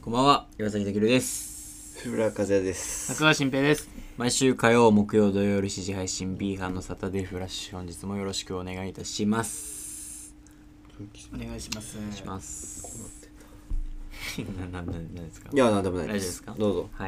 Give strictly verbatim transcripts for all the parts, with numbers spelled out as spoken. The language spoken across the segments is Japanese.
こんばんは、岩崎健です。 古村和也です。 中川新平です。 毎週火曜、木曜、土曜夜しちじ配信 B 班のサタデーフラッシュ、本日もよろしくお願いいたします。 お願いします。 お願いします。な、な、な、なんですか。 いや、なんでもないです。 大丈夫ですか。 どうぞ。 はい。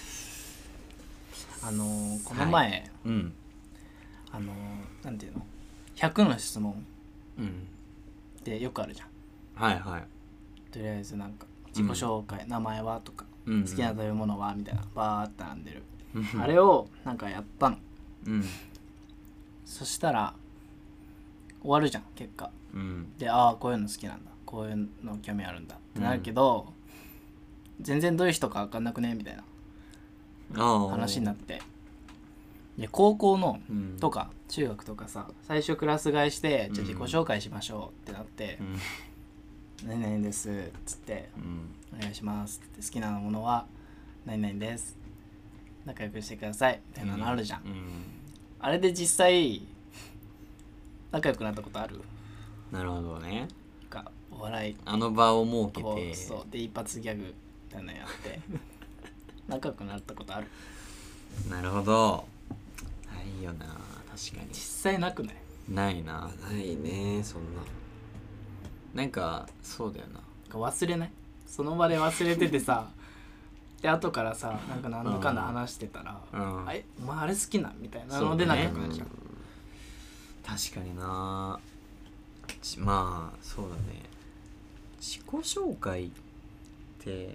あのー、この前、はい、 うん。 あのー、なんていうの、ひゃくの質問ってよくあるじゃん。 はいはい。 とりあえずなんか自己紹介、うん、名前はとか、うんうん、好きな食べ物はみたいなバーって並んでる。あれをなんかやったの。うん。そしたら終わるじゃん結果。うん、で、ああこういうの好きなんだ、こういうの興味あるんだってなるけど、うん、全然どういう人か分かんなくねみたいな話になって。で高校の、うん、とか中学とかさ、最初クラス替えして、うん、じゃあ自己紹介しましょうってなって、うん、何々ですっつって、うん、お願いしますって好きなものは何々です仲良くしてくださいみたいなのあるじゃん、うんうん、あれで実際仲良くなったことある？ なるほどね。 かお笑いあの場を設けて、 そうで一発ギャグみたいなのやって仲良くなったことある？ なるほど。ないよな、確かに。 実際なくない？ ないな。 ないね、そんな。 なんかそうだよな。 忘れない？その場で忘れててさで後からさなんか何だかんだ話してたら、うん、あれお前あれ好きなみたいなので仲良くなっちゃう。 確かにな。まあそうだね。自己紹介って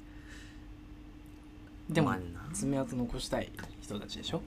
でも、まあ、爪痕残したい人たちでしょ。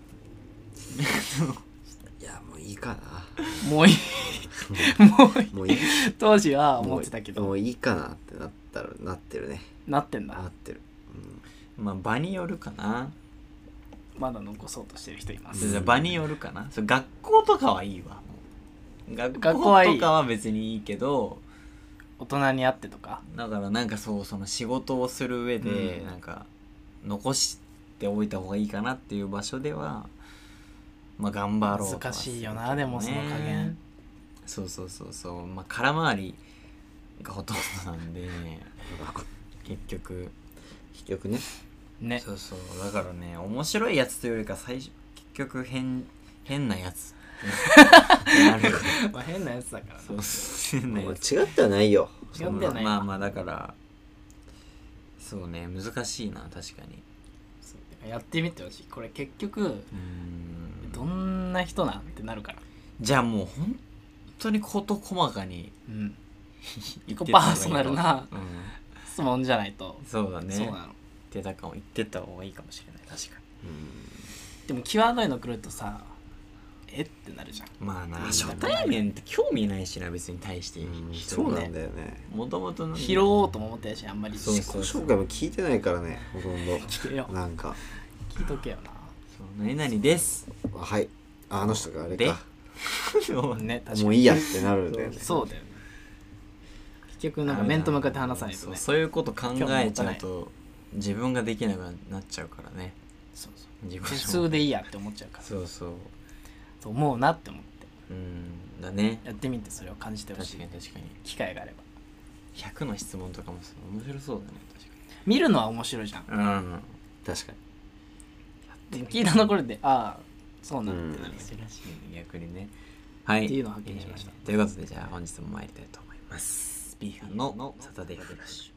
いやもういいかな。 もういいもういいもういい当時は思ってたけどもういいかなってなったらなってるね。 なってんだ。 なってる、 うん、まあ場によるかな。 まだ残そうとしてる人います。 うん、場によるかな。それ学校とかはいいわ。学校とかは別にいいけど、 大人に会ってとかだからなんかそうその仕事をする上で、うん、なんか残しておいた方がいいかなっていう場所ではまあ頑張ろうと、ね、 難しいよな。でもその加減そうそうそうそうまあ空回りがほとんどなんで結局結局ねねそうそうだからね面白いやつというよりか最初結局変変なやつなるまあ変なやつだからね。 そう変なやつ違ってはないよ。 違ってはない。 まあまあだからそうね難しいな確かに。 そうやってみてほしい。これ結局うんどんな人なんってなるから。 じゃあもう本当に事細かに、うん、 パーソナルな、うん、質問じゃないと。 そうだね。 そうなの。 言ってたかも言ってた方がいいかもしれない確かに。 うんでも際どいの来るとさえってなるじゃん。 まあな初対面って興味ないしな別に対して、うん、 そうなんだよね。 もともと拾おうとも思ってないしあんまり自己紹介も聞いてないからねほとんど。 聞けよなんか聞いとけよな。 そう何々ですはいあの人があれかね、 もういいやってなるんだよね。 そうだよね。結局なんか面と向かって話さないとね。 そう、そういうこと考えちゃうと自分ができなくなっちゃうからね。 そうそう普通でいいやって思っちゃうから。 そうそうと思うなって思って。 うんだね。 やってみてそれを感じてほしい。 確かに確かに機会があれば。 ひゃくの質問とかも面白そうだね確かに。 見るのは面白いじゃん。 うん確かに。聞いたところでああそうなんてなる。 珍しいね逆にね。はい。 っていうのを発見しました。 えー、ということでじゃあ本日も参りたいと思います。B 班のサタデーフラッシュ。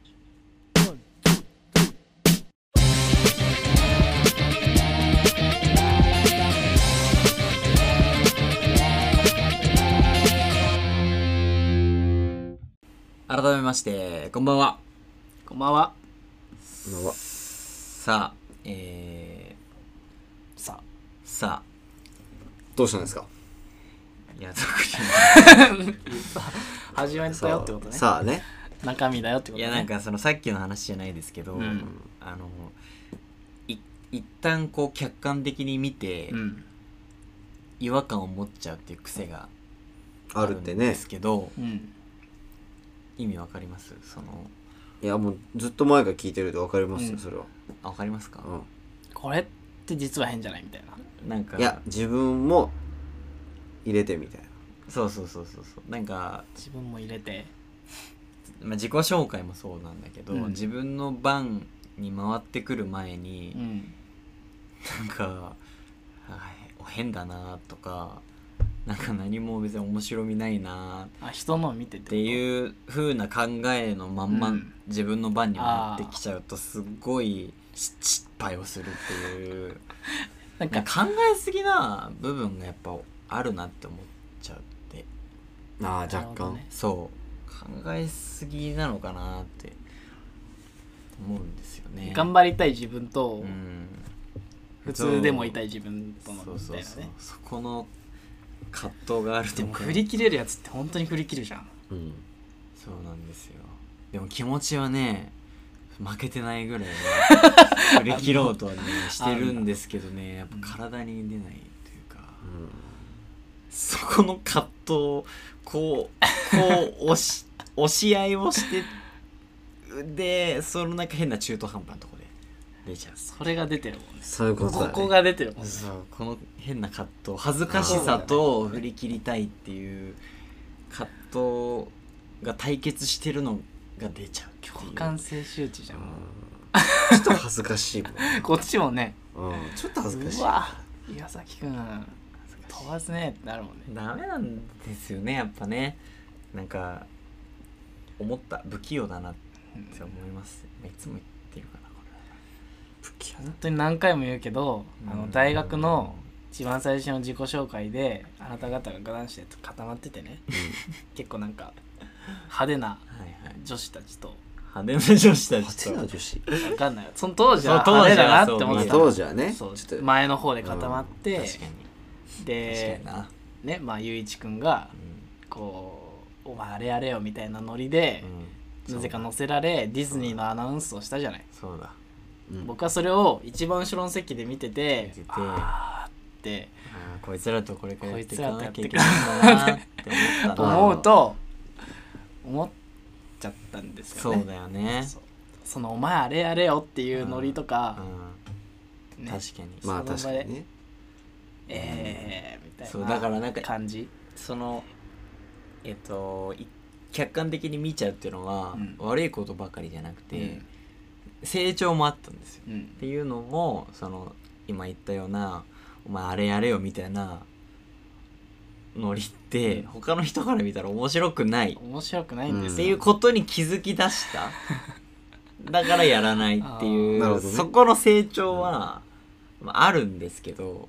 改めましてこんばんは。 こんばんは。 こんばんは。 さあえー、さあさあどうしたんですか。 いや特に始まったよってことね。 さあね中身だよってことね。 いやなんかそのさっきの話じゃないですけど、うん、あのい一旦こう客観的に見て、うん、違和感を持っちゃうっていう癖があるんですけど、うん、意味わかります？そのいやもうずっと前から聞いてるとわかりますよ、うん、それは。 あ、わかりますか？うん、 これって実は変じゃないみたいな。 なんかいや自分も入れてみたいな。 そうそうそうそうそうなんか自分も入れてまあ、自己紹介もそうなんだけど、うん、自分の番に回ってくる前に、うん、なんか変だなとかなんか何も別に面白みないなあ人のを見ててっていう風な考えのまんま、うん、自分の番に回ってきちゃうとすっごい失敗をするっていうなんか考えすぎな部分がやっぱあるなって思っちゃうって。 ああ若干、 ね、そう考えすぎなのかなって思うんですよね。 頑張りたい自分と、うん、普通でもいたい自分とのみたいなね。そうそうそうそこの葛藤があると。 でも振り切れるやつって本当に振り切るじゃん、 うん、そうなんですよ。でも気持ちはね負けてないぐらいね振り切ろうとはねしてるんですけどね、やっぱ体に出ないというか、うん、そこの葛藤をこうこう押し押し合いをしてでそのなんか変な中途半端なところで出ちゃう。 それが出てるもんね。 そういうことだね。 ここが出てるもんね。 そうこの変な葛藤恥ずかしさと振り切りたいっていう葛藤が対決してるのが出ちゃう。 共感性周知じゃん、うん、 ちょっと恥ずかしいもんこっちもね、 うん、ちょっと恥ずかしい。 うわ岩崎くん飛ばすねってなるもんね。 ダメなんですよねやっぱね。なんか思った不器用だなって思います、うん、いつも言ってるかなこれ。 不器用本当に何回も言うけど、うん、あの大学の一番最初の自己紹介であなた方が男子で固まっててね、うん、結構なんか派手な女子たちと派手な女子たちと派手な女子分かんないその当時は派手だなって思ってた。 当時はねそうちょっと前の方で固まって、うん、確かにで確かにねまあゆういちくんが、うん、こうお前あれやれよみたいなノリで、うん、なぜか乗せられディズニーのアナウンスをしたじゃない。 そうだ、 うん、僕はそれを一番後ろの席で見てて見ててあーってあこいつらとこれからやっていかなきゃいけないんだなって思った思うと思っちゃったんですよね。 そうだよね。 そ, そのお前あれやれよっていうノリとか、 うんうんね、確かにまあ確かにねえーみたいなそうだからなんか感じそのえっと客観的に見ちゃうっていうのは、うん、悪いことばかりじゃなくて、うん、成長もあったんですよ、うん、っていうのもその今言ったようなお前あれやれよみたいなノリって他の人から見たら面白くない面白くないんですよ、 っていうことに気づき出しただからやらないっていう、 ね、 そこの成長は、うん、あるんですけど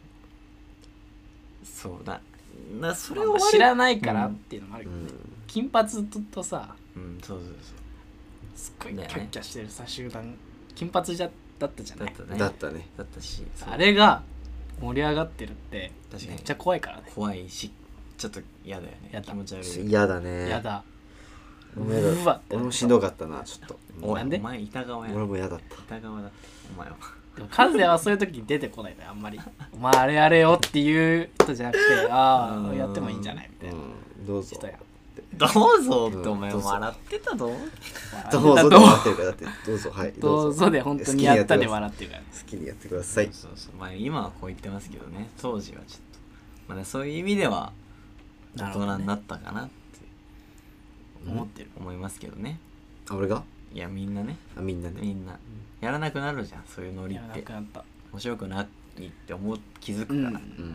そうだなそれを、 まあ、知らないからっていうのもあるけどね、うん、金髪 と, とさ、 うん、そうそうそうすっごいキャッキャしてるさ集団金髪じゃだったじゃない。 だったねだったねだったしあれが盛り上がってるってめっちゃ怖いからね。 怖いしちょっと嫌だよね。気持ち悪い。 嫌だね。 嫌だ。 うわ俺もしんどかったなちょっと。 おなんでお前板側や。 俺も嫌だった。 板側だったお前は。 でもカズヤはそういう時に出てこないのよあんまり。お前あれやれよっていう人じゃなくてああやってもいいんじゃないみたいな。 どうぞ。 どうぞってお前笑ってたぞ。 どうぞで笑ってるからだってどうぞはいどうぞで本当にやったで笑ってるから。 好きにやってください。 そうそうまあ今はこう言ってますけどね当時はちょっとまあそういう意味では大人になったかなって思ってる思いますけどね。 あ俺がいやみんなねあみんなねみんなやらなくなるじゃんそういうノリって。 やらなくなった面白くないって思う気づくから、うんうん、やっぱり、うん、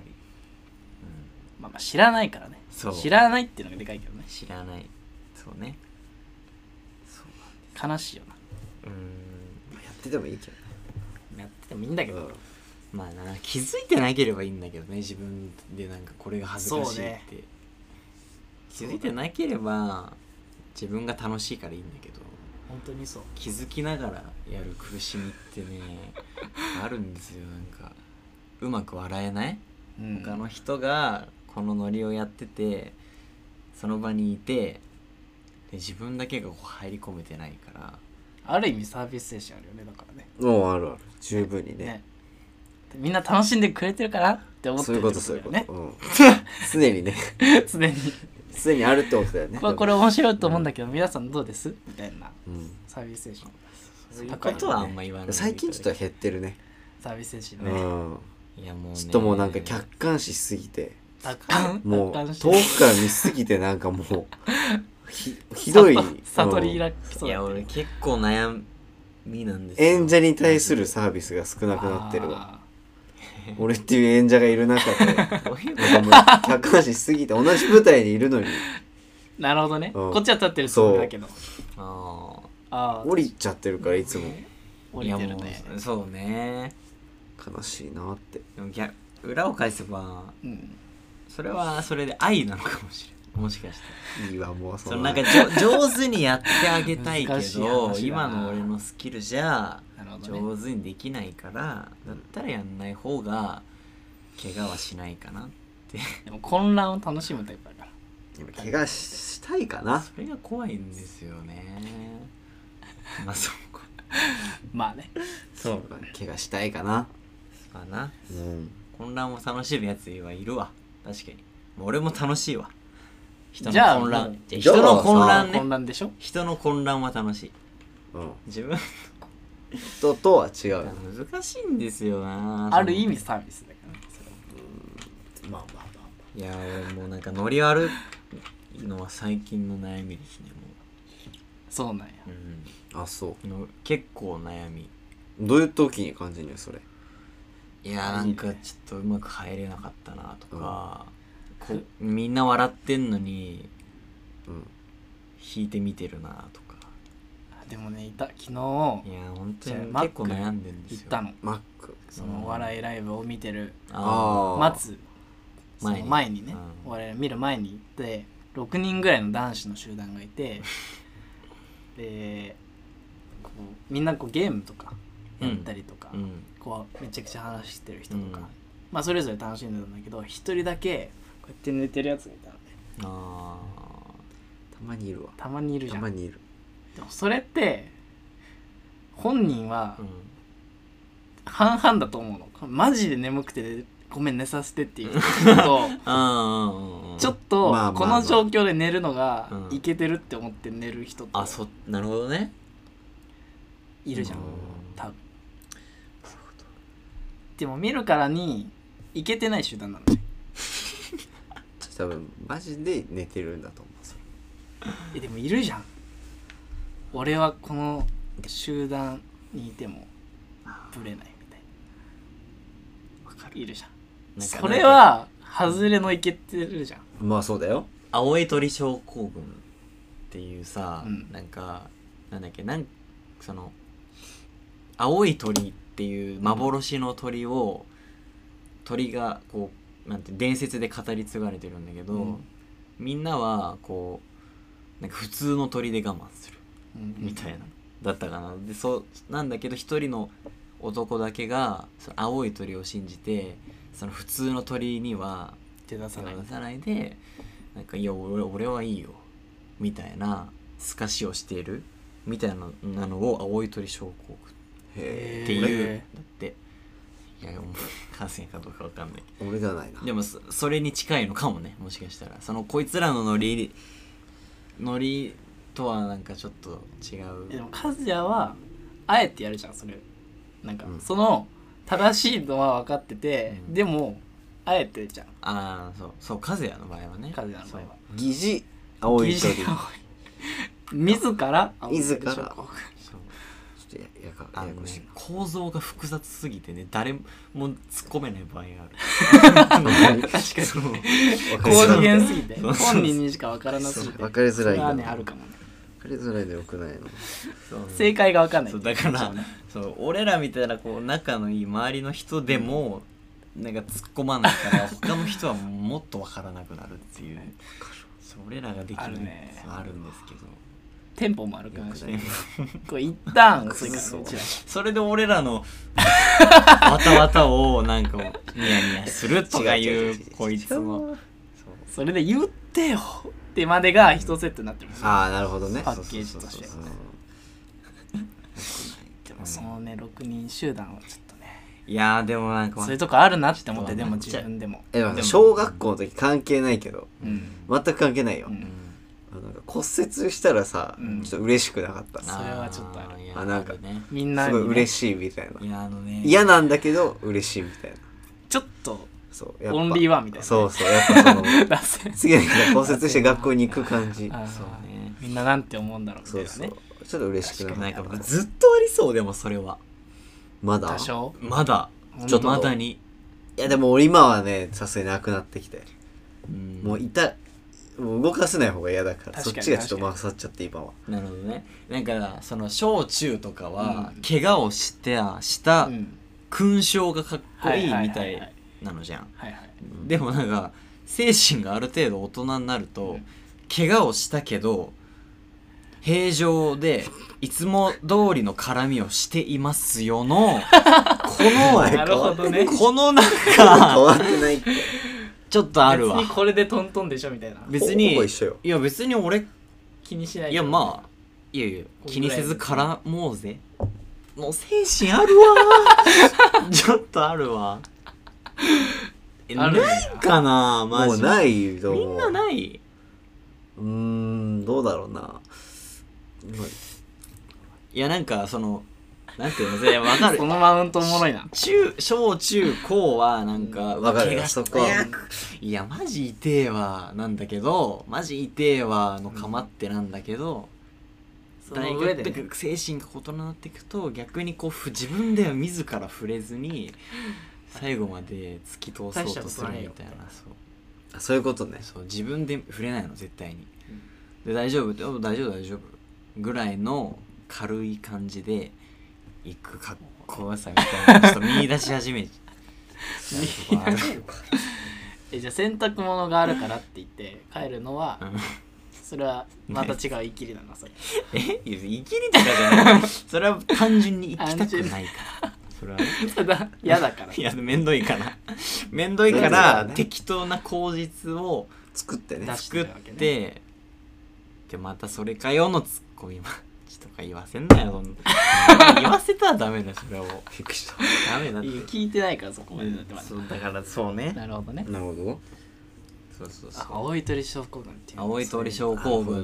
まあまあ知らないからね。そう知らないっていうのがでかいけどね。 知らないそうねそう悲しいよな。 うんやっててもいいけどねやっててもいいんだけど、うん、 まあな気づいてなければいいんだけどね自分でなんかこれが恥ずかしいって、ね、気づいてなければ自分が楽しいからいいんだけど本当にそう気づきながらやる苦しみってねあるんですよ。なんかうまく笑えない、うん、他の人がこのノリをやっててその場にいてで自分だけがこう入り込めてないからある意味サービス精神あるよねだからね。 もうあるある十分にね、ねみんな楽しんでくれてるかなって思ってる、 ね、そういうことそういうこと、うん、常にね常に常にあるってことだよね。 これ、これ面白いと思うんだけど、うん、皆さんどうですみたいな、うん、サービス精神そういうことはあんま言わない。 最近ちょっと減ってるねサービス精神ね、 うん、 いやもうねちょっともうなんか客観視しすぎて客観もう遠くから見すぎてなんかもうひ, ひどい悟り開きそういや俺結構悩みなんですよ。演者に対するサービスが少なくなってるわ。俺っていう演者がいる中で客観視しすぎて同じ舞台にいるのになるほどね、 うん、 こっちは立ってるそうだけどああ降りちゃってるからいつも降りてるね。 そうね悲しいなって。 でも裏を返せば、うん、それはそれで愛なのかもしれない。もしかしていいわもうそのなんか上手にやってあげたいけど今の俺のスキルじゃ上手にできないから、だったらやんない方が怪我はしないかなってでも混乱を楽しむタイプだから。 怪我したいかな。 それが怖いんですよね。まあそうまあねそう怪我したいかな。 まあな、 うん、 混乱を楽しむやつはいるわ。確かに俺も楽しいわ。人の混乱じゃ人の混乱ね。 混乱でしょ。 人の混乱は楽しい、うん、自分人とは違う。 難しいんですよな。 ある意味サービスだからね。 うんまあまあまあ、まあ、いや俺もうなんかノリ悪いのは最近の悩みですね。もうそうなんや、 うん、あそうの結構悩み。 どういう時に感じるのそれ。 いやなんかちょっとうまく入れなかったなとか、うん、こみんな笑ってんのに、うん、弾いてみてるなとか。 でもねいた昨日いや本当に結構悩んでるんですよ。 行ったのマックそのお笑いライブを見てる、 うん、 待つ前に前にね、うん、お笑い見る前に行ってろくにんぐらいの男子の集団がいてでこうみんなこうゲームとかやったりとか、うん、こうめちゃくちゃ話してる人とか、うん、まあそれぞれ楽しんでたんだけど一人だけこうやって寝てるやつがいたのね。 あたまにいるわ。 たまにいるじゃん。 たまにいる。 でもそれって本人は半々だと思うの。マジで眠くてごめん寝させてっていう人とちょっとこの状況で寝るのがいけてるって思って寝る人と、 あそなるほどねいるじゃん多分。でも見るからにいけてない集団なのね多分マジで寝てるんだと思う。 えでもいるじゃん。俺はこの集団にいてもブレないみたいな。わかる。いるじゃん。なんかそれは外れのいけてるじゃん。 まあそうだよ。 青い鳥症候群っていうさ、うん、なんかなんだっけなんその青い鳥っていう幻の鳥を鳥がこうなんて伝説で語り継がれてるんだけど、うん、みんなはこうなんか普通の鳥で我慢するみたいな、うん、だったかな。でそうなんだけど一人の男だけがその青い鳥を信じてその普通の鳥には手出さない、 手出さないでなんかいや 俺, 俺はいいよみたいな透かしをしているみたいなのを青い鳥症候群っていうだって。いやもう感染かどうかわかんない。 俺じゃないな。 でも そ, それに近いのかもね。もしかしたらそのこいつらのノリノリとはなんかちょっと違う。 でもカズヤはあえてやるじゃんそれ。なんか、うん、その正しいのは分かってて、うん、でもあえてじゃん。 ああそうそうカズヤの場合はね。 カズヤの場合は疑似青い鳥自ら自らややかあの、ね、構造が複雑すぎてね誰も突っ込めない場合がある確かにそう高次元すぎて本人にしか分からなすぎて分かりづらいの、ね、あるかもね。 分かりづらいのよくないの。 そう正解が分かんない。 そうだからそう俺らみたいなこう仲のいい周りの人でも、うん、なんか突っ込まないから他の人はもっと分からなくなるっていうそう俺らができるある、ね、あるんですけどテンポも悪くなるしね。これ一旦遅いからね。 それで俺らのわたわたをなんかニヤニヤするとかいうこいつのそれで言ってよってまでが一セットになってるんですよ。 ああなるほどね。 パッケージとして。でもそのねろくにん集団はちょっとね。 いやーでもなんかそういうとこあるなって思ってでも自分でも。 えでも小学校の時関係ないけど、うん、全く関係ないよ。うんなんか骨折したらさ、うん、ちょっと嬉しくなかった。 それはちょっとある。 あなんか、 ね、みんなすごい嬉しいみたいな。 いやあのね嫌なんだけど嬉しいみたいな。 ちょっとそうやっぱオンリーワンみたいな、ね。 そうそうやっぱその次の日骨折して学校に行く感じ。 そうね。 みんななんて思うんだろうみたいなね。そうそうちょっと嬉しくない。 なんかずっとありそう。でもそれはまだ多少まだちょっとまだに。 いやでも俺今はねさすがになくなってきて、うん、もういたもう動かせない方が嫌だから、そっちがちょっと勝っちゃって今は。 なるほどね。なんかその小中とかは、うん、怪我をしてした勲章がかっこいいみたいなのじゃん。でもなんか精神がある程度大人になると、うん、怪我をしたけど平常でいつも通りの絡みをしていますよのこのなるほどね、 このなんか変わってないってちょっとあるわ。 別にこれでトントンでしょみたいな。 別にほぼ一緒よ。 いや別に俺気にしない。 いやまあいやいや気にせず絡もうぜの精神あるわちょっとあるわ。ないかなマジ。 もうないと思う。 みんなない。 うーんどうだろうな。 いやなんかそのなんていうの全然わかる。 そのマウントおもろいな。 中小中高はなんかわかるよそこは。 いやマジ痛えわなんだけどマジ痛えわのかまってなんだけど、うん、大学って、ね、精神が異なっていくと逆にこう自分では自ら触れずに最後まで突き通そうとするみたいな。そうあそういうことね。 そう自分で触れないの絶対に、うん、で大丈夫って大丈夫大丈夫ぐらいの軽い感じで行くかっこよさみたいなちょっと見出し始めえじゃあ洗濯物があるからって言って帰るのは、うん、それはまた違う言い切りなのそれ。 え言い切りとかじゃないそれは単純に行きたくないからそれはただ嫌だからいやめんどいからめんどいから、ね、適当な口実を作ってね作ってでまたそれかよのツッコミ待ちとか言わせんなよ言わせたらダメだそれをびっくりしたダメだって聞いてないからそこまでだってまだ、 そうだからそうねなるほどねなるほどそうそうそう青い鳥症候群っていう青い鳥症候群って、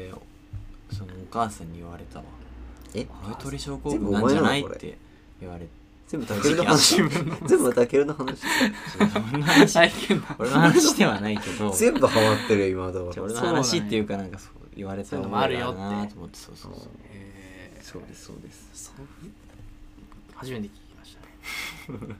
ね、そのお母さんに言われたわえ青い鳥症候群なんじゃないって言われて全部タケルの話全部タケルの話俺の話ではないけど全部ハマってるよ今だから俺の話っていうかなんかそう言われたのもあるよってと思ってそうそうそうへそうですそうですそう初めて聞きましたね怪我ね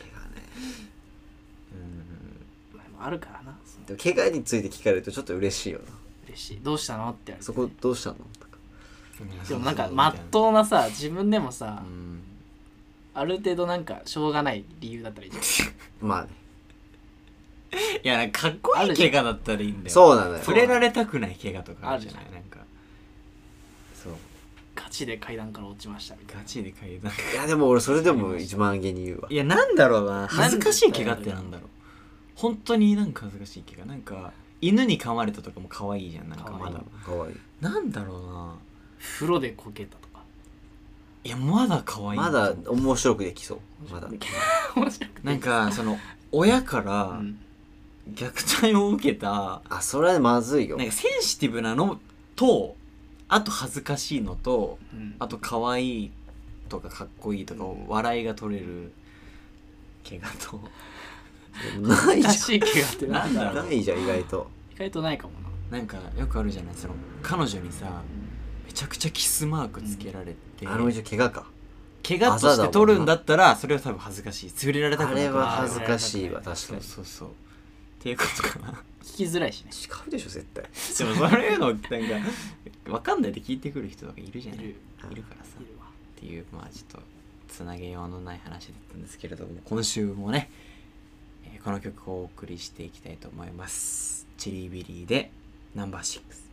うんあるからなでも怪我について聞かれるとちょっと嬉しいよな嬉しいどうしたのって言われてそこどうしたのとかでもなんかまっとうなさ自分でもさ、うんある程度なんかしょうがない理由だったらいいじゃんまあねいやなんかかっこいい怪我だったらいいんだよそうなのよ触れられたくない怪我とかあるじゃないなんかそうガチで階段から落ちましたみたいなガチで階段いやでも俺それでも一番上に言うわいやなんだろうな恥ずかしい怪我ってなんだろう本当になんか恥ずかしい怪我なんか犬に噛まれたとかも可愛いじゃんなんかまだ可愛いなんだろうな風呂でこけたとかいやまだ可愛いまだ面白くできそうまだなんかその親から虐待を受けた、うん、 あそれはまずいよなんかセンシティブなのとあと恥ずかしいのと、うん、あと可愛いとかかっこいいとか、うん、笑いが取れる怪我とないじゃんしい怪我ってなんだろうないじゃん意外と意外とないかもななんかよくあるじゃないその彼女にさ、うんめちゃくちゃキスマークつけられて、 うん、あの以上怪我か怪我として取るんだったらそれは多分恥ずかしい触れられたくないあれは恥ずかしいわ確かにそうそうそうっていうことかな聞きづらいしね違うでしょ絶対でもそういうのなんか分かんないで聞いてくる人とかいるじゃないいるいるからさっていうまあちょっとつなげようのない話だったんですけれども今週もね、えー、この曲をお送りしていきたいと思いますチリビリーでナンバーシックス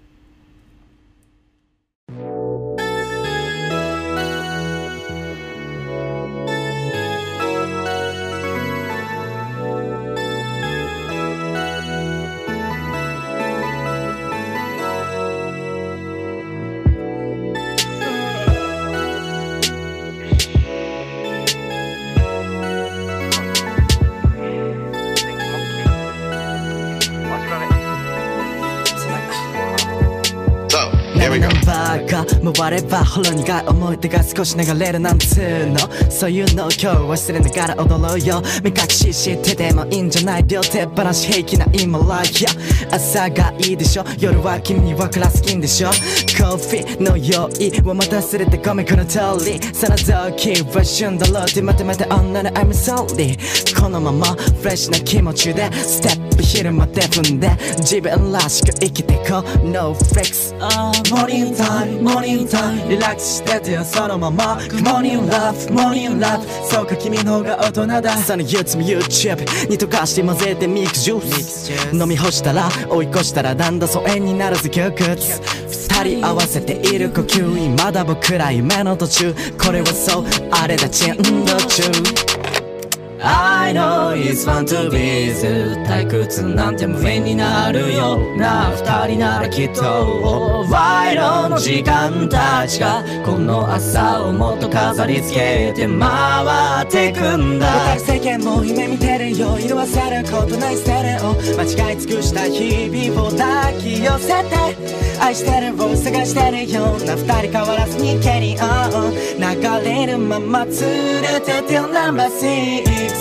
が回ればほろ苦い思い出が少し流れるなんつうの、そういうのを今日忘れながら踊ろうよ。目隠ししててもいいんじゃない、両手放し平気な今 like yeah。 朝がいいでしょ、夜は君にはクラス金でしょ。コーヒーの用意を待たせれてごめんこの通り、その時は旬だろうって待て待て女の I'm sorry。 このままフレッシュな気持ちでステップ昼まで踏んで自分らしく生きてこう No flex。 Morning time morning time リラックスしててよそのまま Morning love morning love そうか君の方が大人だ。その憂鬱も YouTube に溶かして混ぜてミックスジュース飲み干したら追い越したらだんだん疎遠になるぜ窮屈。二人合わせている呼吸まだ僕ら夢の途中、これはそうあれだ珍道中。I know it's fun to be 退屈なんて無縁になるよな二人ならきっとワイドの時間たちがこの朝をもっと飾り付けて回ってくんだ。世間も夢見てるよ、色あせることないステレオ間違い尽くした日々を抱き寄せて愛してるを探してるような二人変わらずにキャリーオン流れるまま連れてってよナンバーシックス。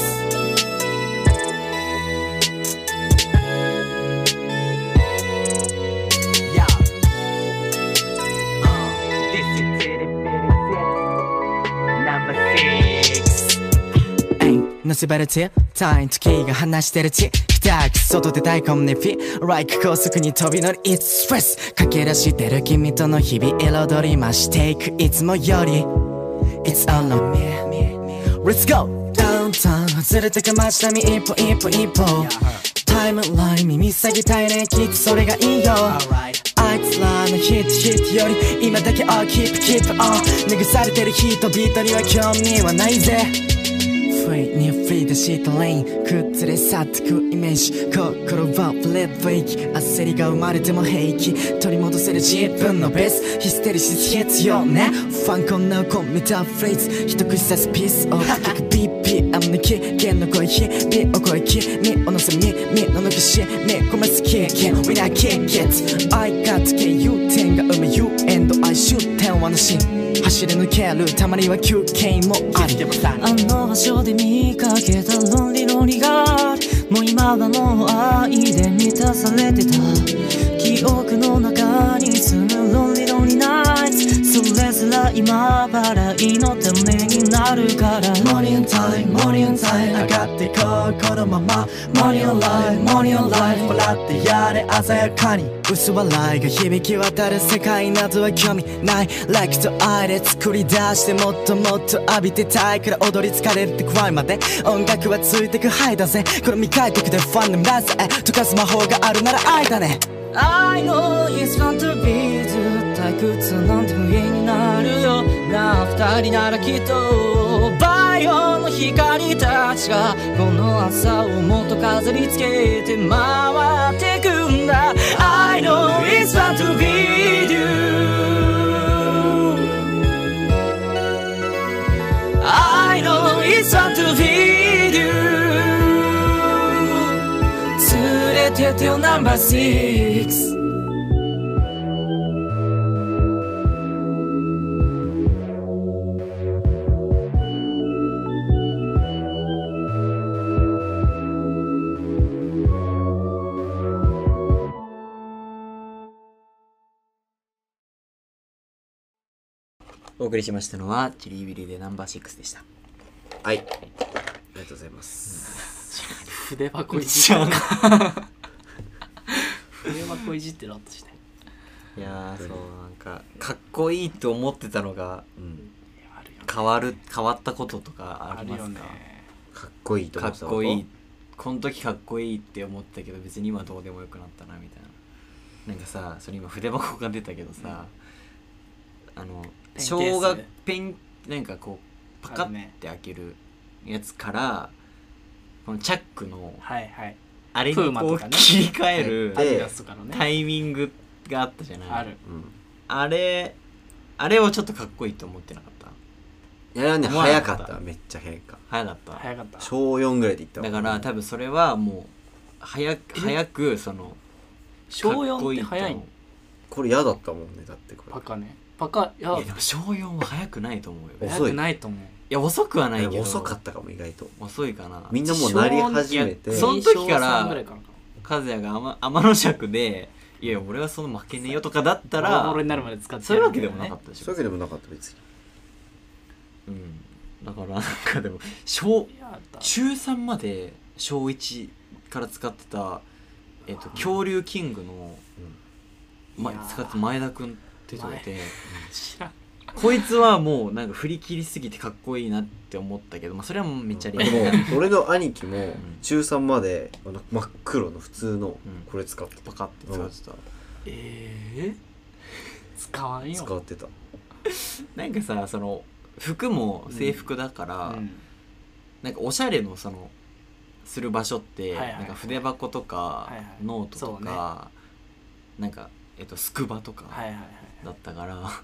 のせばれて単位時が離してるち北く外で大根ねフィ Like 高速に飛び乗り It's stress 駆け出してる君との日々彩り増していくいつもより It's all on me Let's go ダウンタウン外れてく街並み一歩一歩一歩タイムライン耳下げたいねきっとそれがいいよ。あいつらのヒットヒットより今だけ I'll keep keep on 拭されてる人々には興味はないぜ。フリーにフリーでしたレイン崩れ去ってくイメージ心はブレッド息焦りが生まれても平気取り戻せる自分のベースヒステリシス必要ねファンコンな込めたフレーズ一口刺すピースオフ聞く ビーピーエム の危険の声日々を超え君を乗せ耳の抜きし目込めすき Can we not kick it I got to get you 点が生め You and I shoot 点はなし走り抜けるたまには休憩もありあの場所で見かけたロンリロンリがもう今はもう愛で満たされてた記憶の中に住むロンリロンリナイツそれすら今払いのためになるからモーニングタイムモーニングタイム上がっていこうこのままモーニングライフモーニングライフ笑ってやれ鮮やかに薄笑いが響き渡る世界などは興味ない Like と愛で作り出してもっともっと浴びてたいから踊り疲れるってくらいまで音楽はついてくハイだぜこの未開拓でファンでもだぜ溶かす魔法があるなら愛だね I know it's fun to be ずっと退屈なんて無縁になるよな二人ならきっとバイオの光たちがこの朝をもっと飾り付けて回ってくんだ I know it's fun to be you I know it's fun to be you 連れてってよナンバーシックスお送りしましたのはチリビリでナンバーシックスでした。 はい、ありがとうございます。 筆箱いじって筆箱いじってろとしていやーそうなんかかっこいいと思ってたのが、うん、変わる変わったこととかありますか？ かっこいいと思ってたこと？ かっこいいこの時かっこいいって思ったけど別に今どうでもよくなったなみたいな。なんかさそれ今筆箱が出たけどさ、うん、あの小学ペンなんかこうパカッて開けるやつから、ね、このチャックの、はいはい、あれにこう切り替える、ね、タイミングがあったじゃない。ある、うん、あれあれをちょっとかっこいいと思ってなかった？ いやね早かっためっちゃ早か早かった早かった小よんぐらいでいっただから多分それはもう早く早くその小よんって早いの？ これ嫌だったもんねだってこれパカねパカいやでも小よんは早くないと思うよ。 早くないと思う。 いや遅くはないけど遅かったかも意外と。 遅いかな。 みんなもうなり始めてその時から和也が天天の尺でいや俺はその負けねえよとかだったらボロボロになるまで使ってそういうわけでもなかったでしょ。 そういうわけでもなかった別に。 うんだからなんかでも小中さんまで小いちから使ってたえっと恐竜キングの、うんま、使って前田くんって人がいて、 知らんこいつはもうなんか振り切りすぎてかっこいいなって思ったけど、まあ、それはもうめっちゃリアルでも俺の兄貴も中さんまであの真っ黒の普通のこれ使ってパカって使ってた、うん、 えー、使わんよ。 使ってた。 なんかさその服も制服だから、うん、なんかおしゃれのそのする場所って、はいはい、なんか筆箱とか、はいはい、ノートとか、ね、なんか、えっと、スクバとかだったから、はいはいはい、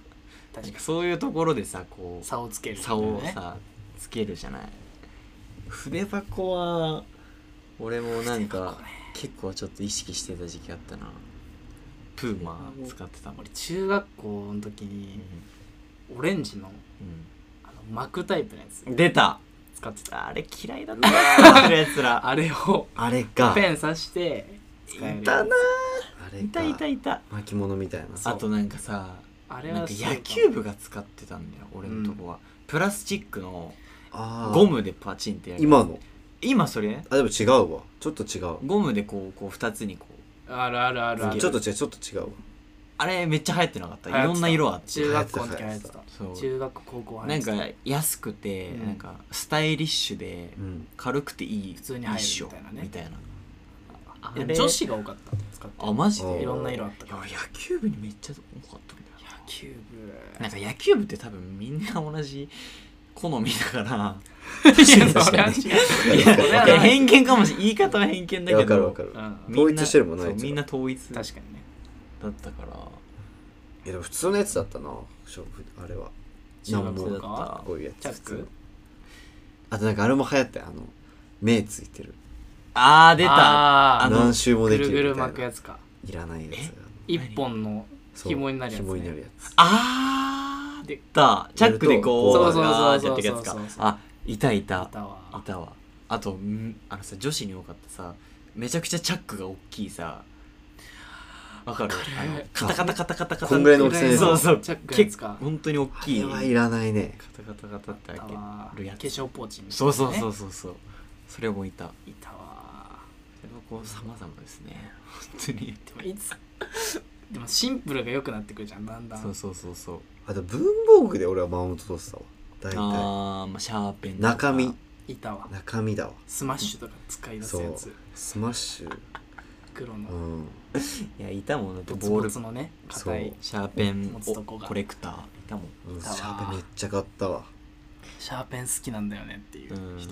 なんかそういうところでさこう差をつける、ね、 差をさつけるじゃない。筆箱は俺もなんか、ね、結構ちょっと意識してた時期あったな。プーマ使ってた。 俺中学校の時に、うん、オレンジの、うん、あの巻くタイプのやつ出た使ってた。 あれ嫌いだったなやつらあれをあれかペン刺して使える。いたなあれいたいたいた巻物みたいな。 あとなんかさあれはなんか野球部が使ってたんだよ俺のとこは、うん、プラスチックのゴムでパチンってやる。 今の今それあでも違うわ。ちょっと違う。 ゴムでこうこうふたつにこうあるあるあるある。 ちょっと違うちょっと違うわ。 あれめっちゃ流行ってなかった。いろんな色あって。 中学校の時流行ってた。中学校高校流行ってた。なんか安くて、うん、なんかスタイリッシュで、うん、軽くていい普通に入るみたいなねみたいな。 あれ女子が多かった使って。 あマジでいろんな色あったから。 いや野球部にめっちゃ多かったんだよ。 野球部なんか野球部って多分みんな同じ好みだから偏見かもしれない。言い方は偏見だけど分かる分かる、うん、統一してるもんない。 みんな統一確かにねだったから。 いやでも普通のやつだったなあれは。 何もだったこういうやつ。 チャック。 あとなんかあれも流行ったよ。あの目ついてる。 あー出た。 あ何周もできるみたいな。 ぐるぐる巻くやつか。 いらないやつ。 一本の紐になるやつ、ね、 紐になるやつ。 あー出た。チャックでこうそうそうそうそうそうそう。あいたいたいたわ。 いたわ。あとあのさ女子に多かったさめちゃくちゃチャックが大きいさ。わかる。カタカタカタカタカタこんぐらいの大きさで。 そうそうチャックやつか。 本当に大きい。 あれはいらないね。 カタカタカタって開けるやつ。 化粧ポーチみたいな、ね、 そうそうそうそうそう。それもいた。 いたわ。 それはこう様々ですね。本当に。 でもいつでもシンプルが良くなってくるじゃんだんだん。 そうそうそうそう。 あと文房具で俺はマウント取ってたわ。大体。 ああまあシャーペンとか。中身。 いたわ。 中身だわ。 スマッシュとか使い出すやつ。 スマッシュ。 黒の。 うん。 いやいたもんだってボールのね硬いシャーペンコレクターいたもん、 うん、シャーペンめっちゃ買ったわ。 シャーペン好きなんだよねっていう人、うん、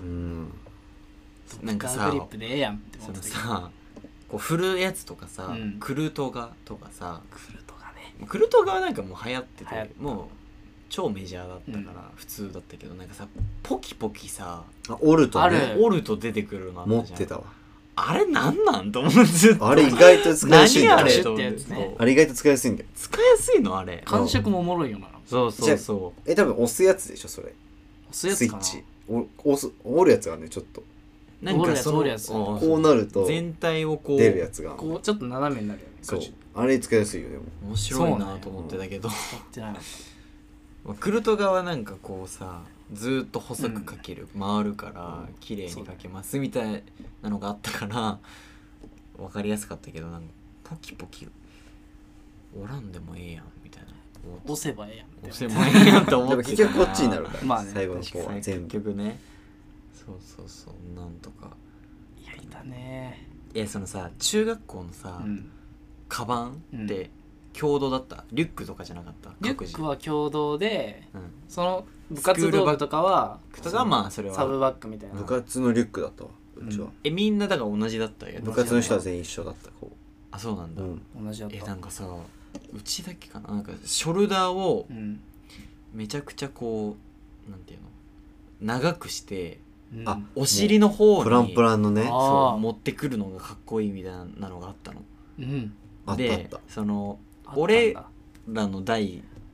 なんかさグリップでええやんって思ってたけどさこう振るやつとかさ、うん、クルトガとかさクルトガねクルトガはなんかもう流行っててもう超メジャーだったから、うん、普通だったけどなんかさポキポキさあオルトねオルト出てくるのあったじゃん。 持ってたわ。 あれなんなんと思ってずっとあれ意外と使いやすいんだよ。 何あれってやつね。 あれ意外と使いやすいんだよ。 使いやすいのあれ。 感触もおもろいよな。 そうそうそう。 え多分押すやつでしょそれ。 押すやつかな。 スイッチ。お押す折るやつがねちょっと。 なんかそのこうなると全体をこう出るやつが。 こうちょっと斜めになるよね。 そう。あれ使いやすいよでも。 面白いなと思ってたけど。 使ってない。 クルト側なんかこうさずっと細くかける、うん、回るから綺麗にかけますみたいなのがあったから分かりやすかったけどなんかポキポキ折らんでもええやんみたいな押せばええやん押せばええやんと思ってた結局こっちになるから、 まあね、 最後の方は全部結局ねそうそうそうなんとかいやいたねえそのさ中学校のさ、うん、カバンって、うん共同だったリュックとかじゃなかったリュックは共同で、うん、その部活道具とかはとかまあそれはサブバッグみたいな部活のリュックだったわうちは、うん、 えみんなだから同じだったよ部活の人は全員一緒だったこうあそうなんだ、うん、同じだったえなんかさうちだけかななんかショルダーをめちゃくちゃこうなんていうの長くして、うん、あお尻の方にプランプランのねそう持ってくるのがかっこいいみたいなのがあったの、 うん、 でその俺らの代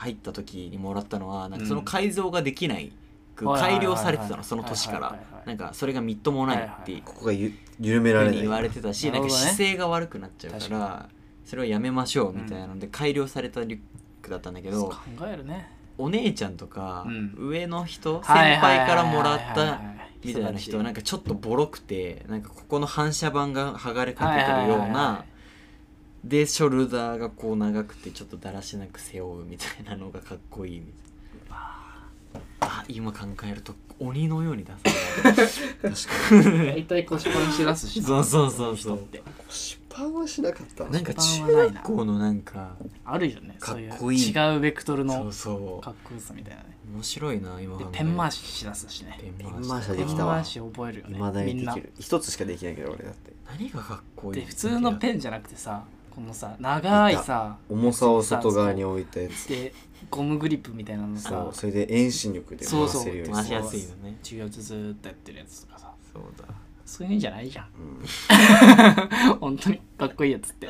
入った時にもらったのはなんかその改造ができない、うん、改良されてたのその年からなんかそれがみっともないってここがゆ緩められない言われてたし、なんか姿勢が悪くなっちゃうからそれをやめましょうみたいなので改良されたリュックだったんだけど、 考えるね、 お姉ちゃんとか、うん、上の人先輩からもらったみたいな人はなんかちょっとボロくてなんかここの反射板が剥がれかけてるようなでショルダーがこう長くてちょっとだらしなく背負うみたいなのがかっこいいみたいな。あ、今考えると鬼のように出す確かに大体腰パンし出すしそうそうそうそう腰パンはしなかったなんか中学校のなんかあるよね、 かっこいいそういう違うベクトルのかっこよさみたいなね。 面白いな今でペン回ししだすしね。 ペン回しはできたわ。 ペン回し覚えるよね。 未だにできる。一つしかできないけど俺だって。 何がかっこいいで普通のペンじゃなくてさ、このさ長いさ重さを外側に置いたやつでゴムグリップみたいなのさ、 そうそれで遠心力で回せるように回しやすいのね。 授業ずずっとやってるやつとかさ、 そうだそういうんじゃないじゃん、うん、本当にかっこいいやつって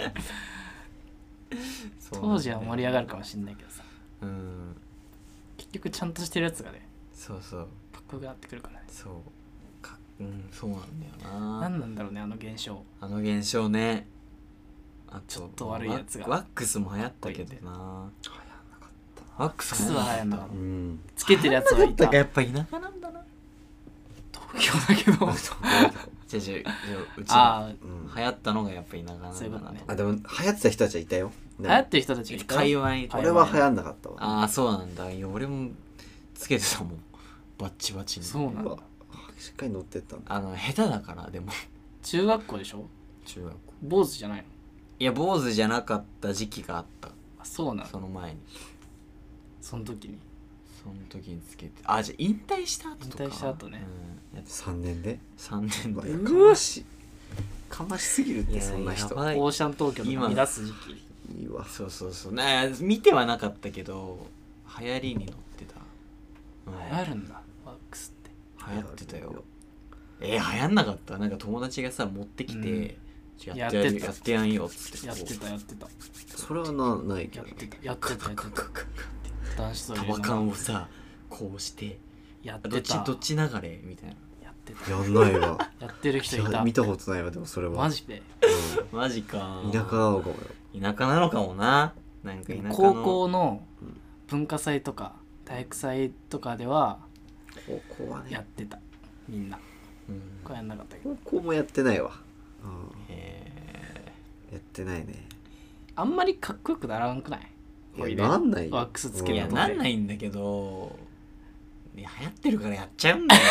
当時は盛り上がるかもしれないけどさ、うん、結局ちゃんとしてるやつがね、 そうそうかっこよくなってくるからね。 そうか、うん、そうなんだよな。 何なんだろうねあの現象。 あの現象ね。あとちょっと悪いやつがワックスも流行ったけどな。流行んなかった。ワックスは流行んなかった、 うん、 つけてるやつはいた。 やっぱ田舎なんだな。 東京だけどじゃじゃうちが流行ったのがやっぱ田舎なんだなと。 あでも流行ってた人たちはいたよ。 流行ってる人たちがいた。 界隈俺は流行んなかったわ。 ああそうなんだ。いや俺もつけてたもんバッチバチに。 そうなんだ。 しっかり乗ってったんだ。 あの下手だからでも中学校でしょ。 中学校坊主じゃないの。 いや坊主じゃなかった時期があった。 あそうなの。 その前にその時にその時につけて、あじゃあ引退した後とか。 引退した後ね、 うん、さんねんでさんねんでかましかましすぎるってそんな人。 オーシャン東京とか乱す時期いいわ。 そうそうそうな見てはなかったけど流行りに乗ってた、 うん、流行るんだワックスって。 流行ってたよ。えー、流行んなかった。なんか友達がさ持ってきて、うんやってやるやってやんよっつってやってたやってた。 それはなないけどやってたやってたやってた男子とタバカンをさこうしてやってた。 どっちどっち流れみたいなやってた。 やんないわやってる人いた。 見たことないわでもそれはマジで、 うん、マジか。 田舎なのかもよ。 田舎なのかもな。なんか田舎の高校の文化祭とか体育祭とかでは高校はねやってたみんな、うん、これやんなかったけど高校もやってないわ、うん、 へやってないね。 あんまりかっこよくならんくない？ いやなんないよ。 ワックスつけるいやなんないんだけど、いや流行ってるからやっちゃうんだよ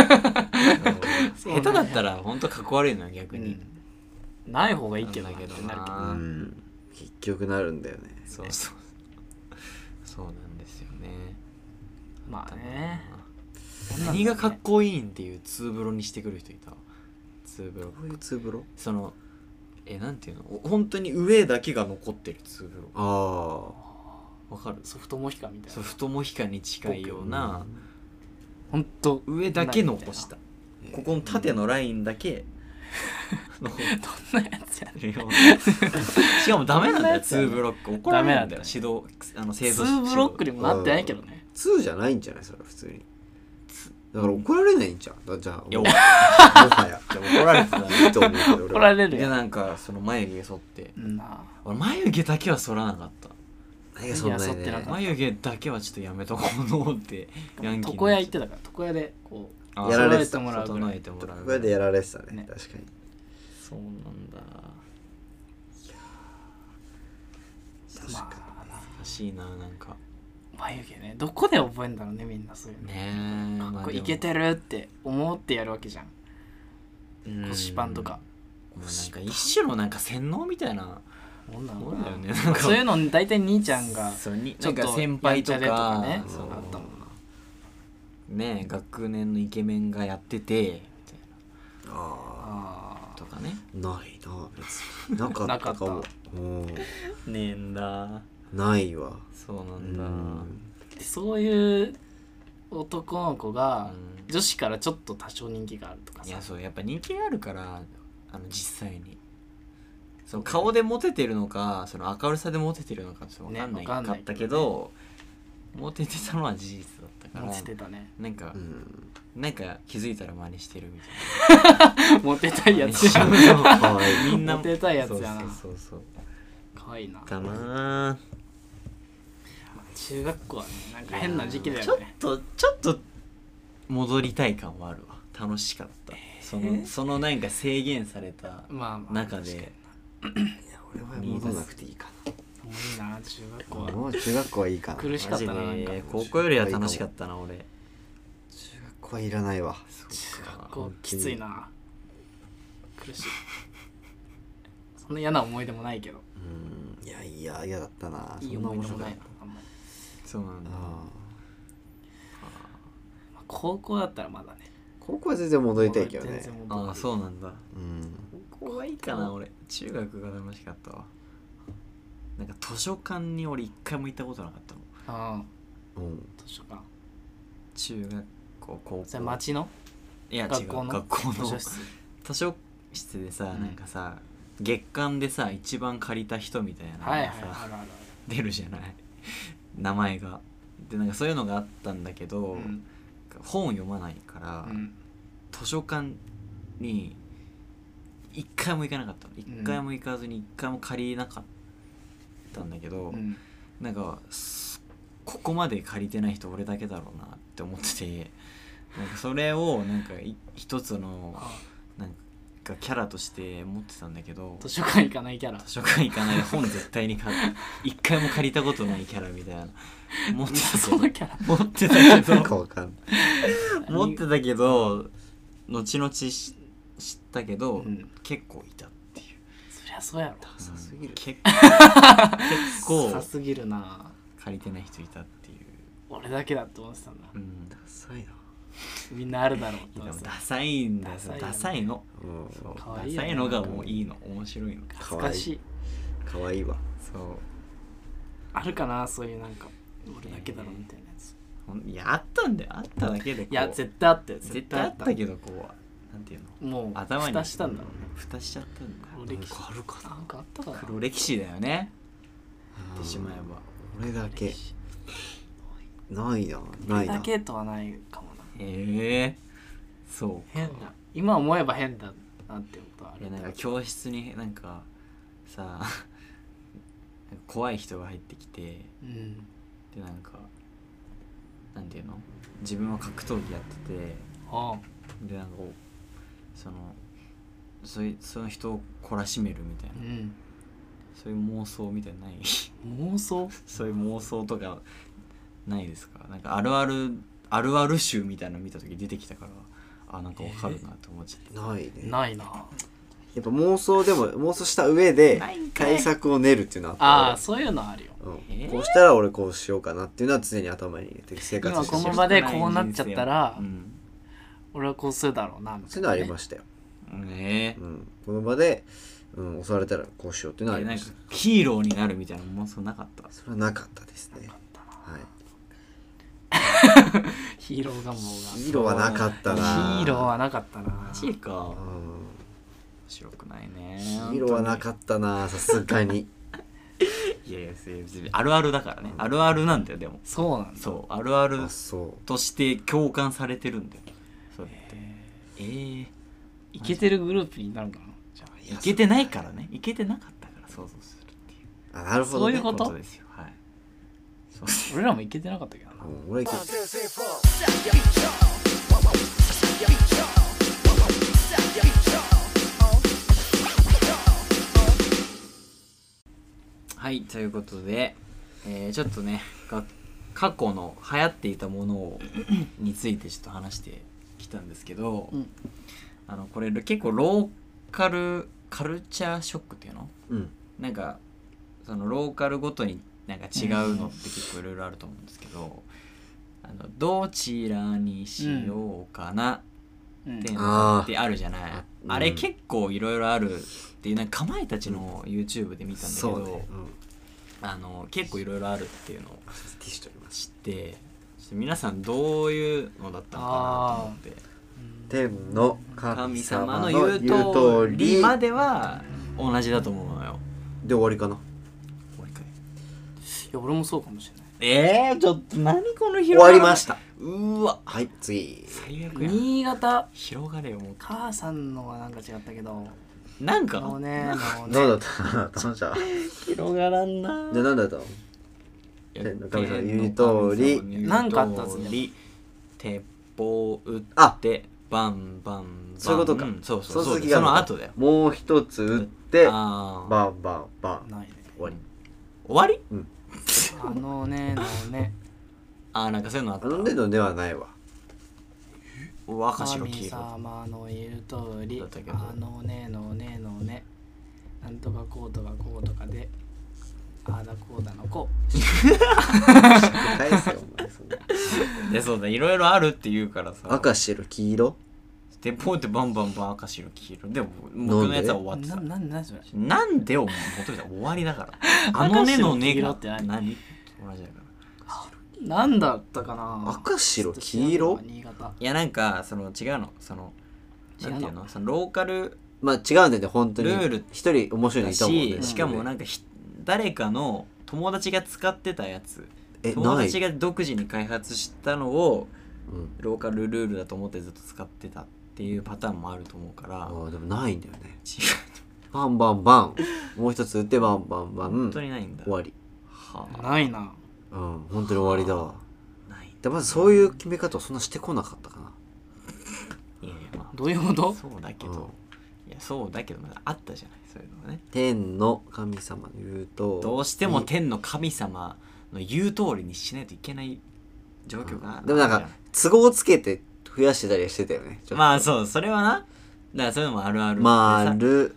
下手だったらほんとかっこ悪いのよ逆に、 うん、ない方がいいけどなけどなるけど、 うん、結局なるんだよね。 そうそうそうなんですよね。 まあね何がかっこいいんっていうツーブロにしてくる人いた。ツーブロ。 こういうツーブロそのえなんていうの本当に上だけが残ってるツーブロ。 ああわかる。 ソフトモヒカみたいな。 ソフトモヒカに近いような、 ほんと上だけ残した。ここの縦のラインだけどんなやつやねんしかもダメなんだよツーブロック。怒られるんだよ指導あの製造ツーブロックにもなってないけどね。 ツーじゃないんじゃないそれ普通に。だから怒られないんじゃん。じゃあいやもはや怒られてたいいと思うけど俺は怒られるよ。 でなんかその眉毛剃って、 うんな俺眉毛だけは剃らなかった。 眉毛剃んないね。 眉毛だけはちょっとやめとこうと思ってヤンキー床屋行ってたから床屋でこうやられててもらうぐらい。 整えてもらう床屋でやられてたね。 ね確かにそうなんだ。 いやまあ難しいな。なんか眉毛ねどこで覚えんだろうねみんなそういうのね。 かっこいけてるって思ってやるわけじゃん。腰パンとかもうなんか一種のなんか洗脳みたいなもんなのもんだよね。 なんかそういうの大体兄ちゃんがそうにちょっと先輩とかやんちゃでとかねそうそうなったもんなね学年のイケメンがやっててみたいなあとかね。 ないな別になかったかもねえんだ。 ないわ。 そうなんだ。 でそういう男の子が女子からちょっと多少人気があるとかさ。 いやそうやっぱ人気があるからあの実際にその顔でモテてるのかその明るさでモテてるのかちょっと分かんないかったけど、 モテてたのは事実だったからモテてたねなんか、 うん、 なんか気づいたら真似してるみたいなモテたいやつやなみんなモテたいやつやなそうそうそうかわいいなかな中学校はねなんか変な時期だちょっよねとちょっと戻りたい感はあるわ楽しかった、えー、そのそのなんか制限された中で、 まあまあ、いや俺は戻らなくていいかなもういいな中学校はもう中学校はいいかな苦しかったななんか高校よりは楽しかったな俺中学校はいらないわ中学校きついな苦しいそんな嫌な思い出もないけどうんいやいや嫌だったないい思い出もないなあんまりそうなんだ高校だったらまだね高校は全然戻りたいけどねああそうなんだうん高校はいいかな俺中学が楽しかったわなんか図書館に俺一回も行ったことなかったのああ、 うん、 図書館中学校高校それ町のいや学校の違う学校の図書室図書室でさ、 うん、 なんかさ月間でさ一番借りた人みたいなのがさ、 はいはい、あるある出るじゃない名前がでなんかそういうのがあったんだけど、うん、本読まないから、うん、図書館に一回も行かなかったの一回も行かずに一回も借りなかったんだけど、うん、なんかここまで借りてない人俺だけだろうなって思っててなんかそれをなんか一つのなんかキャラとして持ってたんだけど図書館行かないキャラ図書館行かない本絶対に買う一回も借りたことないキャラみたいな持ってたけどキャラ持ってたけどなんかわかんない持ってたけど後々知ったけど、うん、結構いたっていうそりゃそうやろダサすぎる、 うん、結構ダサすぎるな借りてない人いたっていう俺だけだって思ってたんだ、 うん、 ダサいなみんなあるだろうって思ってたダサいんだよダサいの、うん、そうダサいのがもういいの面白いの恥ずかしいかわいいわそうあるかなそういうなんか俺だけだろみたいなやつ、 えー、いやあったんだよあっただけでこういや絶対あったよ絶対あったけどこうなんていうのもう頭に蓋したんだろうね蓋しちゃったんだ黒歴史あるかななんかあったかな黒歴史だよね言ってしまえば俺だけないなないなだけとはないかもなへえそう変だ今思えば変だなってことはあるなんか教室になんかさ怖い人が入ってきて、うん、でなんかなんていうの自分は格闘技やっててああでなんかこうそのそういうその人を懲らしめるみたいな、うん、そういう妄想みたいなない妄想そういう妄想とかないですかなんかあるあるあるある集みたいなの見た時出てきたからあなんかわかるなって思っちゃって、 ないねないなやっぱ妄想でも妄想した上で対策を練るっていうのはああそういうのあるよ、 うん、こうしたら俺こうしようかなっていうのは常に頭に入れて生活して今この場でこうなっちゃったら、うん、俺はこうするだろうなみたいな、ね、 そういうのありましたよ、 ねえ、 うん、この場で、うん、襲われたらこうしようっていうのはありました、 なんかヒーローになるみたいな妄想なかった？ それはなかったですね。はいヒーロー願望がヒーローはなかったなヒーローはなかったなマジか、うん、面白くないねヒーローはなかったなさすがにいやいやあるあるだからね、うん、あるあるなんだよでもそうなんだそうあるあるとして共感されてるんだよそうやってえー、 イケてるグループになるかなじゃあイケてないからねイケてなかったから想像するっていうあなるほど、ね、 そういうこと、 ことですよはい俺らもイケてなかったけどな、 うん、俺イケてはいということで、えー、ちょっとね過去の流行っていたものをについてちょっと話してきたんですけど、うん、あのこれ結構ローカルカルチャーショックっていうの、うん、なんかそのローカルごとになんか違うのって結構いろいろあると思うんですけど、あのどちらにしようかなっていうのってあるじゃない、うん、あ, あれ結構いろいろあるっていうなんかかまいたちの YouTube で見たんだけど、うんねうん、あの結構いろいろあるっていうのを知って皆さんどういうのだったのかなと思って天の神様の言う通りまでは同じだと思うのよ。 で終わりかな。 いや俺もそうかもしれない。 えー、ちょっと何この広終わりました。 うーわ、 はい次。 最悪や。 新潟広がれよもう。 母さんのはなんか違ったけど、 なんかのねのねどうだったそのじゃあ広がらんな。 じゃあ何だったの？天の神様言う通りなんかあったんですね。 鉄砲撃ってバンバンバン。 そういうことか。 うん、そうそうそうそう。その後だよ。 もう一つ撃ってバあンバンバン。 ないね。 終わり。 終わり？ うん。 あのねのね。 あーなんかそういうのあった。 あのねのではないわ。 赤白黄神色。 様の言う通り、 だったけどあのねのねのね、なんとかこうとかこうとかで、ああだこうだのこう。 返せよお前そんな。 でそうだいろいろあるって言うからさ。 赤白黄色。 鉄砲ってバンバンバン赤白黄色でも僕のやつは終わってた。 ななんなんそれ。 なんでを求めたら終わりだから。あのねのねがって何？ 何？同じだから。 なんだったかな。 赤白黄色？ 新潟。 いやなんかその違うのそのなんていうのそのローカルまあ違うんだよね本当に。 ルール一人面白いのいたもんね。 し、しかもなんかひ誰かの友達が使ってたやつ。 え友達が独自に開発したのをうんローカルルールだと思ってずっと使ってたっていうパターンもあると思うから。 ああでもないんだよね。 違う。 バンバンバン。もう一つ打ってバンバンバン。 本当にないんだ。 終わり。 はあ。 ないな。 うん本当に終わりだわ。 ないでまずそういう決め方をそんなしてこなかったかな。 いやいやまあどういうこと？ そうだけど、いやそうだけどまだあったじゃないそういうのはね。 天の神様の言うとどうしても天の神様の言う通りにしないといけない状況がある、 うんでもなんか都合つけて増やしてたりしてたよね。 まあそうそれはなだからそういうのもあるあるまある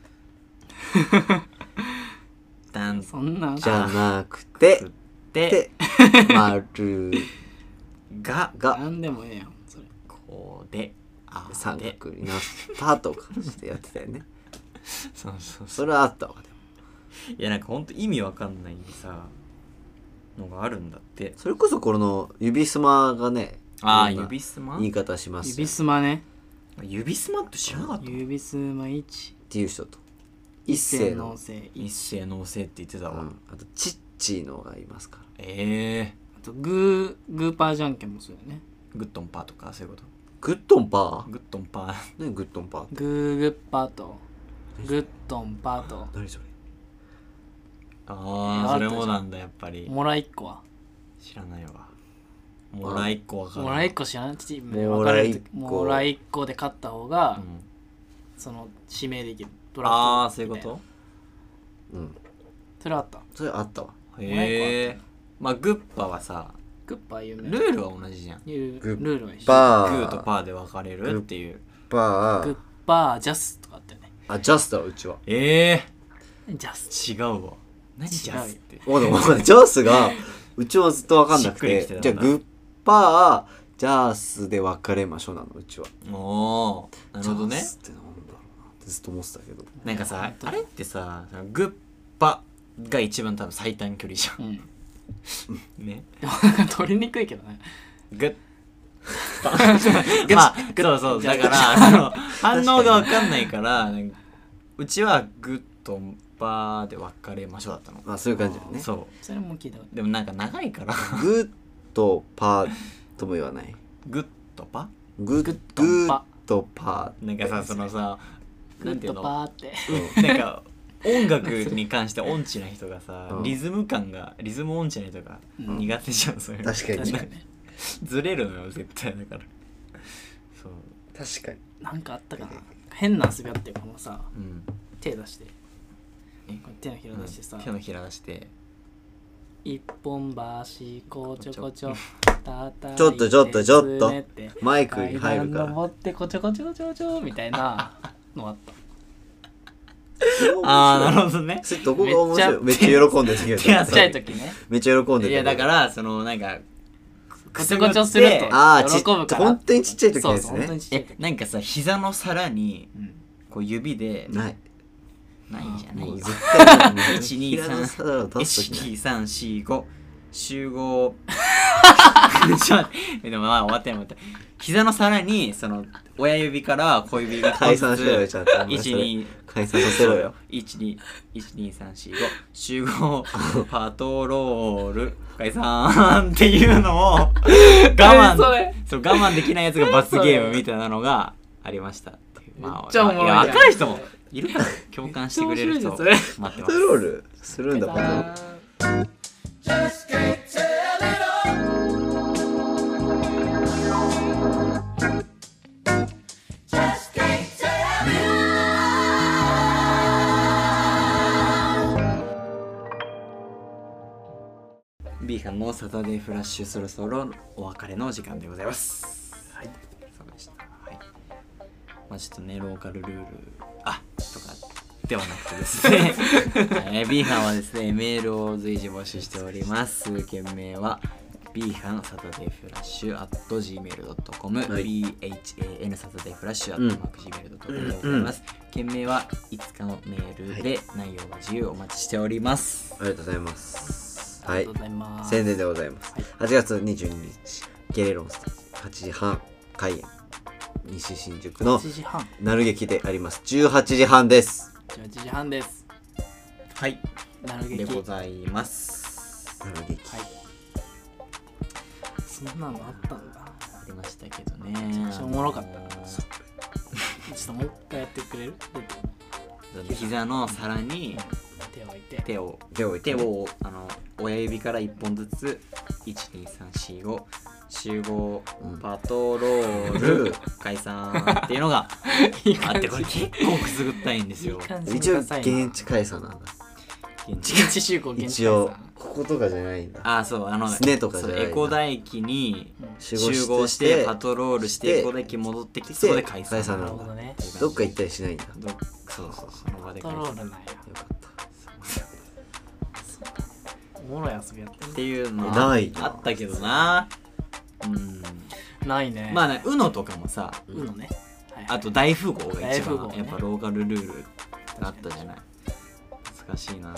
ダンそんな。 じゃなくてででまるががなんでもええやんそれ。 こうであ三で角になったとかしてやってたよね。 そうそうそうそれはあったわ。でもいやなんかほんと意味わかんないさのがあるんだって。 それこそこの指すまがねああいろんな指すま言い方しますよ指すまね。 指すまって知らなかったの？ 指すま一。 っていう人と一世の、 せ一世のせいって言ってたわ、 うん、あとチッチーのがいますからええあとグーグーパーじゃんけんもそうよね。 ー、グッドンパーとかそういうこと。 グッドンパーグッドンパー何グッドンパーってグーグッパーとグッドンパーと何それああそれもなんだやっぱりもらいっこは。 知らないわ。もらいっこわからん。 もらいっこ知らないチームでも分かられいっこるもらいっこで勝った方が、 うん、 その指名できるドラフトああそういうこみたいな。 と。 うんそれあった。 それあったわ。 へえまあグッパはさグッパー有名。 ルールは同じじゃん。 いうグッルールは一緒。 パーグーとパーで分かれるっていう。 パーグッパージャスとかあったよね。 あジャスだうちは。 ええジャス。 ー、違うわ。何ジャスって。 おでもジャスがうちはずっと分かんなくしっくりきてたんだてじゃあグッパージャスで分かれましょうなのうちは。 おーなるほどねジャ。スってなんだろうなってずっと思ってたけど。 なんかさあれってさグッパが一番多分最短距離じゃうん。 んね。 でもなんか取りにくいけどね。 グッパまあそうそうだからあの反応が分かんないからうちはグッとパーで分かれましょうだったの。 まあそういう感じだよね。 そそれも聞いたことうでもなんか長いからグッとパーとも言わない。 グッとパグッグッとグパッとパーなんかさそのさグッとなんていうのパーって。 なんか音楽に関して音痴な人がさ、 うんリズム感がリズム音痴な人がうん苦手じゃん、そういうの確かに確かにね。 ずれるのよ絶対だからそう確かに。 なんかあったかな。変な遊びあってこのさうん手出してえこう手のひら出してさ、 手のひら出して一本橋こちょこちょたたいてちょっとちょっとちょっとつねてマイクに入るから。 階段登ってこちょこちょこちょこちょみたいなのあった。 ああなるほどねそれどこが面白い。めめっちゃっちゃ喜んでたけど。 手汗ちっちゃい時ね。 めっちゃ喜んでたけど。 いやだからそのなんかこちょこちょするとああ、ち喜ぶから。 本当にちっちゃい時のやつそうそう本当ね。 にちっちゃい時。 えなんかさ膝の皿にうんこう指でない。 ないじゃないよもう絶対ない。 いちにさん平野さんを出いす時ない。 ちにさんしご集合ちょっと待ってでもまあ終わってない終わってない膝の皿にその親指から小指が解散しろよちゃんといちに解散させろよいちにいちにさんしご集合パトロール解散っていうのを我慢そう我慢できないやつが罰ゲームみたいなのがありましたっていうまあめっちゃおもろいやん若い人もいるから共感してくれる人待ってますパトロールするんだパトロール B 班のサタデーフラッシュそろそろお別れのお時間でございますはいそうでしたはいまあちょっとねローカルルールあとかではなくてですね、えー、B 班はですねメールを随時募集しております件名は B 班サタデーフラッシュ at ジーメールドットコム、はい、ビーエイチエーエヌ サタデーフラッシュ at ジーメールドットコム でございます、うん、件名はいつかのメールで内容は自由お待ちしております、 はい、ありがとうございますはい、 宣伝でございます、はい、はちがつにじゅうににちゲレロンステージはちじはん開演西新宿のなる劇でありますじゅうはちじはんですじゅうはちじはんですはいなる劇でございますなる劇はいそんなのあったんだありましたけどねめちゃくちゃおもろかったちょっともう一回やってくれる膝の皿に手を置いて手を手を置いて手をあの親指からいっぽんずついちにさんしご集合、うん、パトロール解散っていうのがあってこれ結構くすぐったいんですよいい一応現地解散なんだ現地集合現地解散一応こことかじゃないんだあそうあのすねとかじゃないエコダ駅に集合してパトロールしてエコダ駅戻ってきてそこで解散解散なのだ、ね、どっか行ったりしないんだどそうそうその場で解散パトロールなんやよかったおもろい遊びやってるっていうのはあったけどなうんないねまあね ウノ とかもさウノ ね、 はいはい、あと大富豪が一番、 ね、 やっぱローカルルールってあったじゃない難しいな、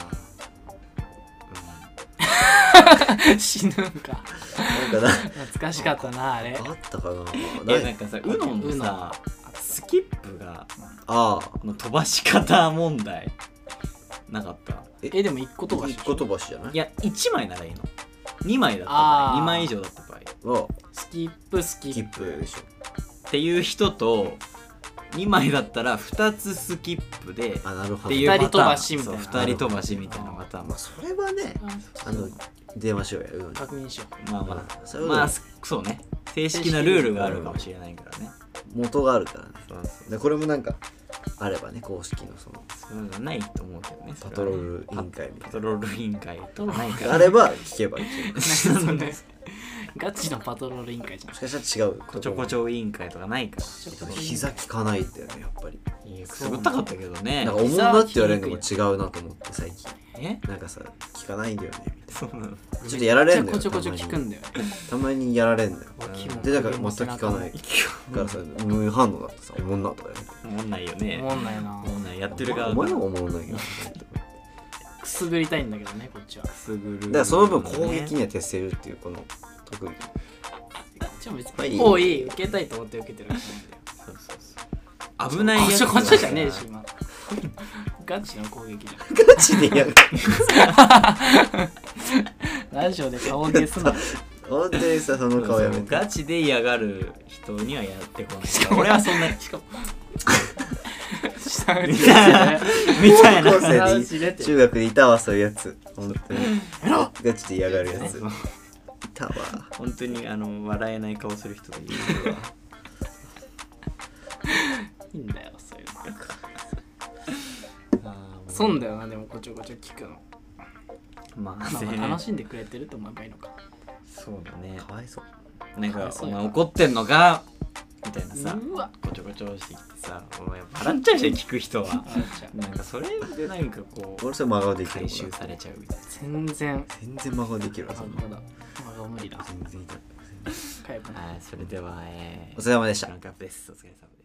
うん、死ぬんかなんかな懐かしかったなあれあったかないやなんかさ ウノ のさスキップがあの飛ばし方問題なかったえでもいっこ飛ばしいっこ飛ばしじゃないいやいちまいならいいのにまいだった場合にまい以上だった場合スキップスキップでしょっていう人とにまいだったらふたつスキップであなるほどっていうパターンふたり飛ばしみたいなふたり飛ばしみたいなパターンまあそれはねあの電話しようや確認しようまあまあそれまあそうね正式なルールがあるかもしれないからね元があるからねでこれもなんかあればね公式のそのそういうのないと思うけどねパトロール委員会みたいなパトロール委員会とかないからあれば聞けばいいガチのパトロール委員会じゃんもしかしたら違うこちょこちょ委員会とかないから膝効かないんだよねやっぱりいやくすぐったかったけどねなんか思うなって言われるのも違うなと思って最近えなんかさ効かないんだよねみたいなそうなのちょっとやられんだよこちょこちょ効くんだよねたまにやられんだよでだから全く効かないからさ無反応だってさ思んなとか思んないよね思んないな思んないやってる側お前は思んないよくすぐりたいんだけどねこっちはくすぐるだからその分攻撃には徹せるっていうこの特技こっちは別に多い受けたいと思って受けてるわけなんだよそうそうそう危ないやつこちょこちょじゃねえし今ガチの攻撃じゃんガチでやるラジオで顔芸すな本当にさその顔やめてガチで嫌がる人にはやってこない俺はそんなしかもみたいなみたいな中学でいたわそういうやつ本当にガチで嫌がるやついたわ本当にあの笑えない顔する人がいるわいいんだよそういうの損だよなでもこちょこちょ聞くのまあ、 まあ楽しんでくれてると思えばいいのかそうだねかわいそうなんかお前怒ってんのかみたいなさこちょこちょしてきてさお前笑っちゃうじゃん聞く人はなんかそれでなんかこう俺それ真顔できる回収されちゃうみたいな全然全然真顔できるわそんな真顔無理だ全然いいはいそれでは、えー、 お疲れ様でしたランクアップですお疲れ様です